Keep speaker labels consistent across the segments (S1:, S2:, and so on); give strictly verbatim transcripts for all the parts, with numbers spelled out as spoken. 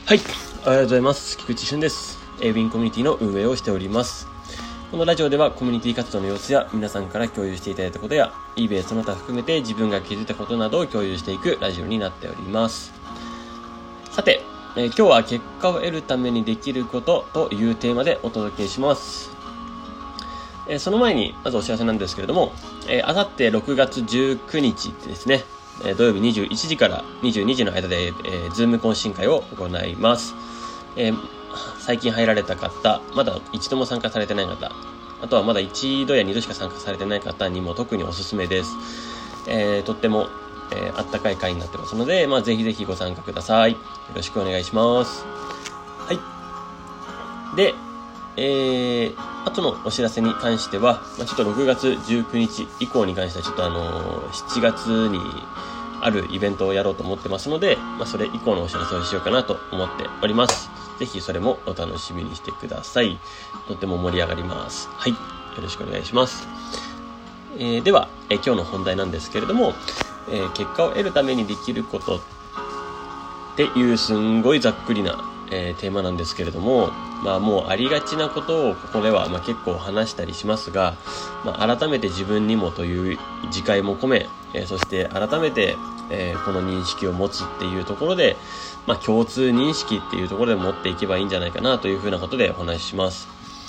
S1: はい、ありがとうございます。菊池俊です。ウィンコミュニティの運営をしております。このラジオではコミュニティ活動の様子や皆さんから共有していただいたことや eBay その他含めて自分が気づいたことなどを共有していくラジオになっております。さて、えー、今日は結果を得るためにできることというテーマでお届けします。えー、その前にまずお知らせなんですけれども、えー、あさってろくがつじゅうくにちですね、土曜日にじゅういちじからにじゅうにじの間で、えー、ズーム懇親会を行います。えー、最近入られた方、まだ一度も参加されてない方、あとはまだ一度や二度しか参加されてない方にも特におすすめです。えー、とっても、えー、あったかい会になってますので、まあ、ぜひぜひご参加ください。よろしくお願いします。はい。で、えー、後のお知らせに関しては、まあ、ちょっとろくがつじゅうくにち以降に関してはちょっとあのー、しちがつにあるイベントをやろうと思ってますので、まあ、それ以降のお知らせをしようかなと思っております。ぜひそれもお楽しみにしてください。とても盛り上がります。はい。よろしくお願いします。えー、では、えー、今日の本題なんですけれども、えー、結果を得るためにできることっていうすんごいざっくりな、えー、テーマなんですけれども、まあもうありがちなことをここではまあ結構話したりしますが、まあ、改めて自分にもという自戒も込め、えー、そして改めて、えー、この認識を持つっていうところで、まあ共通認識っていうところで持っていけばいいんじゃないかなというふうなことでお話しします。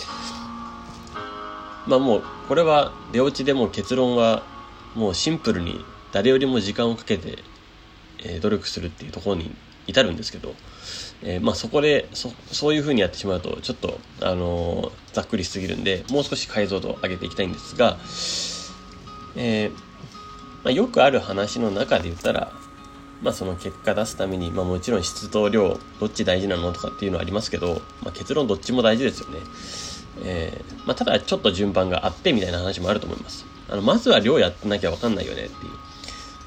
S1: まあもうこれは出落ちでも結論はもうシンプルに誰よりも時間をかけて、えー、努力するっていうところに至るんですけど、えー、まあそこで そ, そういう風にやってしまうとちょっと、あのー、ざっくりしすぎるんで、もう少し解像度を上げていきたいんですが、えーまあ、よくある話の中で言ったら、まあその結果出すために、まあもちろん質と量どっち大事なのとかっていうのはありますけど、まあ、結論どっちも大事ですよね。えーまあ、ただちょっと順番があってみたいな話もあると思います。あのまずは量やってなきゃ分かんないよねっていう、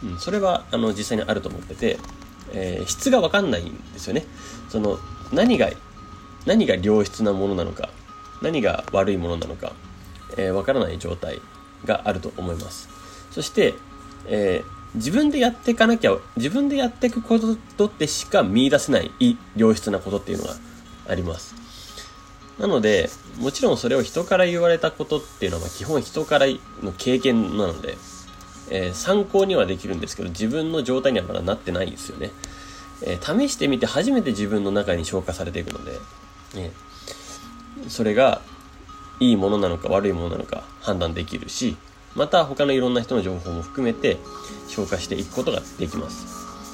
S1: うん、それはあの実際にあると思ってて、えー、質が分かんないんですよね。その何が何が良質なものなのか、何が悪いものなのか、えー、分からない状態があると思います。そして、えー、自分でやっていかなきゃ、自分でやっていくことってしか見出せない良質なことっていうのがあります。なので、もちろんそれを人から言われたことっていうのは基本人からの経験なので、えー、参考にはできるんですけど、自分の状態にはまだなってないんですよね。えー、試してみて初めて自分の中に消化されていくので、ね、それがいいものなのか悪いものなのか判断できるし、また他のいろんな人の情報も含めて消化していくことができます。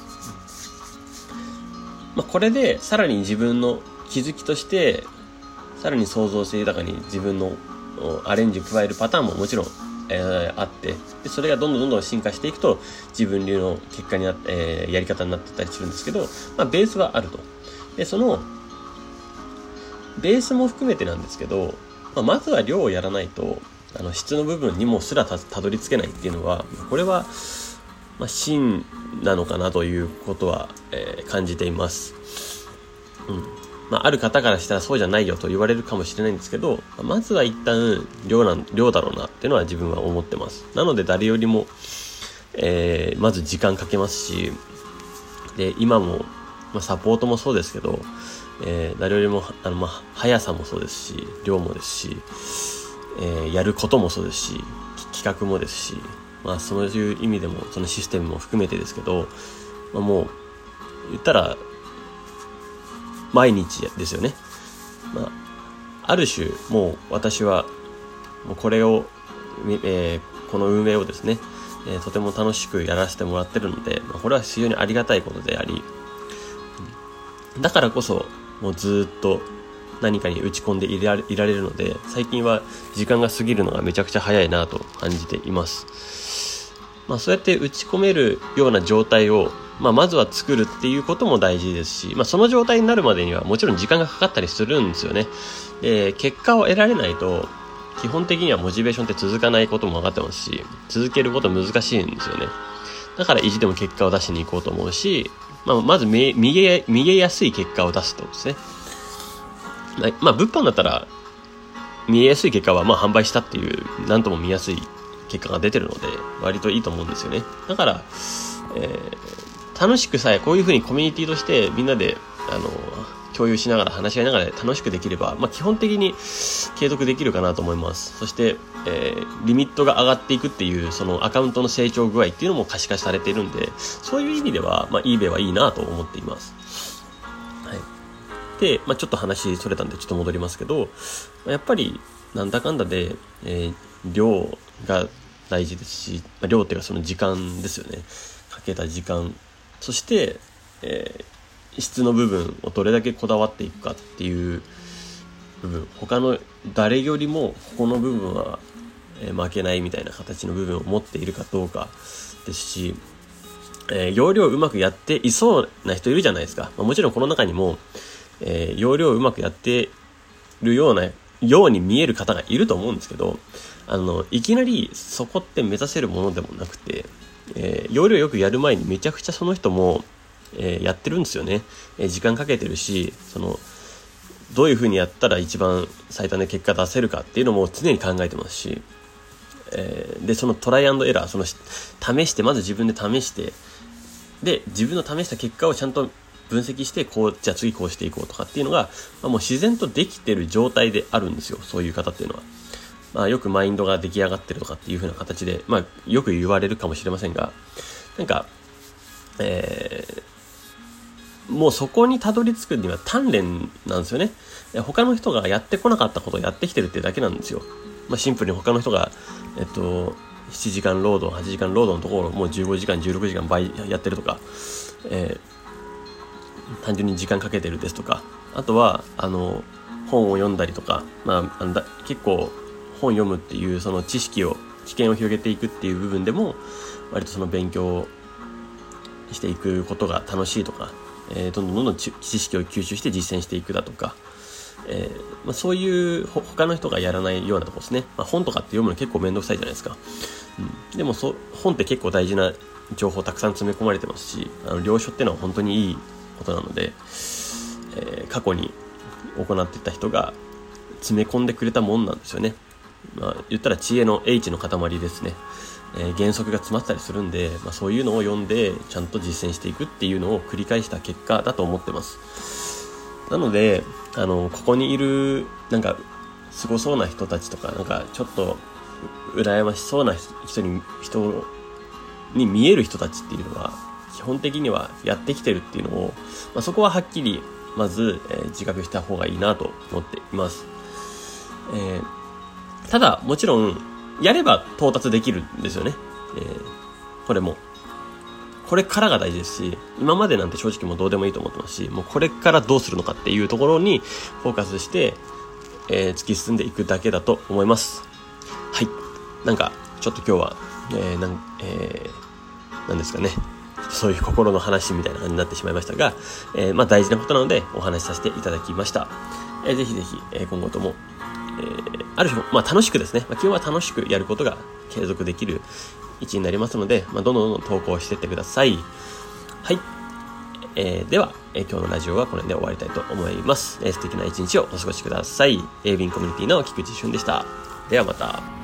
S1: まあ、これでさらに自分の気づきとしてさらに創造性豊かに自分のアレンジを加えるパターンももちろん、えー、あって、でそれがどんどんどんどん進化していくと自分流の結果になって、えー、やり方になっていったりするんですけど、まあ、ベースはあると。でそのベースも含めてなんですけど、まあ、まずは量をやらないとあの質の部分にもすら た, たどり着けないっていうのは、これは、まあ、真なのかなということは、えー、感じています。うんまあ、ある方からしたらそうじゃないよと言われるかもしれないんですけど、まずは一旦量なん量だろうなっていうのは自分は思ってます。なので誰よりも、えー、まず時間かけますし、で今も、まあ、サポートもそうですけど、えー、誰よりもあの、まあ、速さもそうですし、量もですし、えー、やることもそうですし、企画もですし、まあ、そういう意味でもそのシステムも含めてですけど、まあ、もう言ったら毎日ですよね。まあ、ある種もう私はもうこれを、えー、この運営をですね、えー、とても楽しくやらせてもらってるので、まあ、これは非常にありがたいことであり、だからこそもうずっと何かに打ち込んでいられ、いられるので、最近は時間が過ぎるのがめちゃくちゃ早いなと感じています。まあ、そうやって打ち込めるような状態をまあ、まずは作るっていうことも大事ですし、まあ、その状態になるまでにはもちろん時間がかかったりするんですよね。で、結果を得られないと基本的にはモチベーションって続かないことも分かってますし、続けること難しいんですよね。だから意地でも結果を出しに行こうと思うし、まあ、まず見見え、見えやすい結果を出すってことですね。まあ、物販だったら見えやすい結果はまあ販売したっていう何とも見やすい結果が出てるので割といいと思うんですよね。だから、えー楽しくさえこういう風にコミュニティとしてみんなであの共有しながら話し合いながら楽しくできれば、まあ、基本的に継続できるかなと思います。そして、えー、リミットが上がっていくっていうそのアカウントの成長具合っていうのも可視化されているんで、そういう意味では、まあ、eBay はいいなと思っています。はい。で、まあ、ちょっと話それたんでちょっと戻りますけど、やっぱりなんだかんだで、えー、量が大事ですし、まあ、量っていうかその時間ですよね。かけた時間、そして、えー質の部分をどれだけこだわっていくかっていう部分、他の誰よりもここの部分は負けないみたいな形の部分を持っているかどうかですし、えー、容量をうまくやっていそうな人いるじゃないですか。まあ、もちろんこの中にも、えー、容量をうまくやってるようなように見える方がいると思うんですけど、あのいきなりそこって目指せるものでもなくて、えー、容量よくやる前にめちゃくちゃその人もえー、やってるんですよね、えー、時間かけてるし、そのどういう風にやったら一番最短で結果出せるかっていうのも常に考えてますし、えー、でそのトライアンドエラー、その試してまず自分で試して、で自分の試した結果をちゃんと分析して、こうじゃあ次こうしていこうとかっていうのが、まあ、もう自然とできてる状態であるんですよ、そういう方っていうのは。まあ、よくマインドが出来上がってるとかっていう風な形で、まあ、よく言われるかもしれませんが、なんかえーもうそこにたどり着くには鍛錬なんですよね。他の人がやってこなかったことをやってきてるってだけなんですよ。まあ、シンプルに他の人が、えっと、しちじかん労働、はちじかん労働のところをもうじゅうごじかん、じゅうろくじかん倍やってるとか、えー、単純に時間かけてるですとか、あとは、あの、本を読んだりとか、まあ、だ結構本読むっていうその知識を、知見を広げていくっていう部分でも、割とその勉強していくことが楽しいとか、えー、どんどんどんどん知識を吸収して実践していくだとか、えーまあ、そういう他の人がやらないようなところですね。まあ、本とかって読むの結構めんどくさいじゃないですか。うん、でもそ本って結構大事な情報たくさん詰め込まれてますし、あの領書っていうのは本当にいいことなので、えー、過去に行っていた人が詰め込んでくれたもんなんですよね。まあ、言ったら知恵の H の塊ですね。えー、原則が詰まったりするんで、まあ、そういうのを読んでちゃんと実践していくっていうのを繰り返した結果だと思ってます。なので、あのここにいるなんかすごそうな人たちとか、なんかちょっと羨ましそうな人に人に見える人たちっていうのは基本的にはやってきてるっていうのを、まあ、そこははっきりまず、えー、自覚した方がいいなと思っています。えー、ただもちろんやれば到達できるんですよね、えー、これもこれからが大事ですし、今までなんて正直もうどうでもいいと思ってますし、もうこれからどうするのかっていうところにフォーカスして、えー、突き進んでいくだけだと思います。はい、なんかちょっと今日は、えーなんえー、なんですかね、そういう心の話みたいな感じになってしまいましたが、えーまあ、大事なことなのでお話しさせていただきました。えー、ぜひぜひ、えー、今後ともえー、ある種、まあ、楽しくですね、まあ、基本は楽しくやることが継続できる位置になりますので、まあ、どんどんどんどん投稿していってください。はい、えー、では、えー、今日のラジオはこの辺で終わりたいと思います。えー、素敵な一日をお過ごしください。エービンコミュニティの菊池俊でした。ではまた。